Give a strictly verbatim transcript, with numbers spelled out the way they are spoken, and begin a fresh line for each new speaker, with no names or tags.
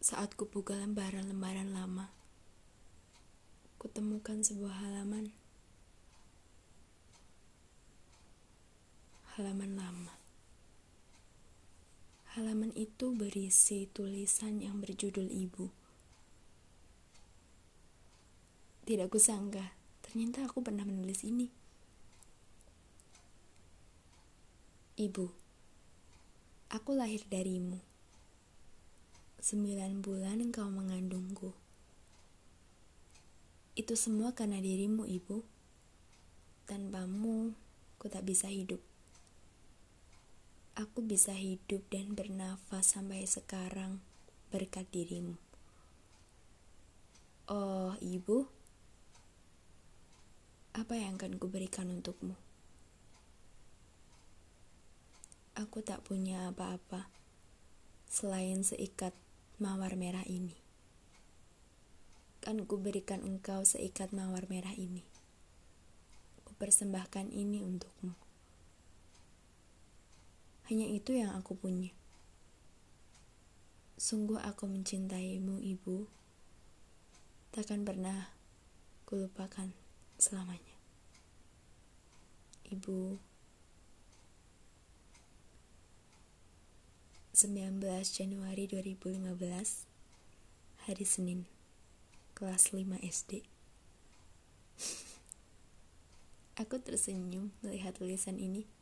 Saat kubuka lembaran-lembaran lama, kutemukan sebuah halaman. Halaman lama. Halaman itu berisi tulisan yang berjudul Ibu. Tidak kusangka, ternyata aku pernah menulis ini. Ibu, aku lahir darimu. Sembilan bulan engkau mengandungku. Itu semua karena dirimu, Ibu. Tanpamu, ku tak bisa hidup. Aku bisa hidup dan bernafas sampai sekarang berkat dirimu. Oh, Ibu, apa yang akan kuberikan untukmu? Aku tak punya apa-apa selain seikat mawar merah ini. Kan kuberikan engkau seikat mawar merah ini. Kupersembahkan ini untukmu. Hanya itu yang aku punya. Sungguh aku mencintaimu, Ibu. Takkan pernah kulupakan selamanya. Ibu. sembilan belas Januari dua ribu lima belas, hari Senin, kelas lima S D. Aku tersenyum melihat tulisan ini.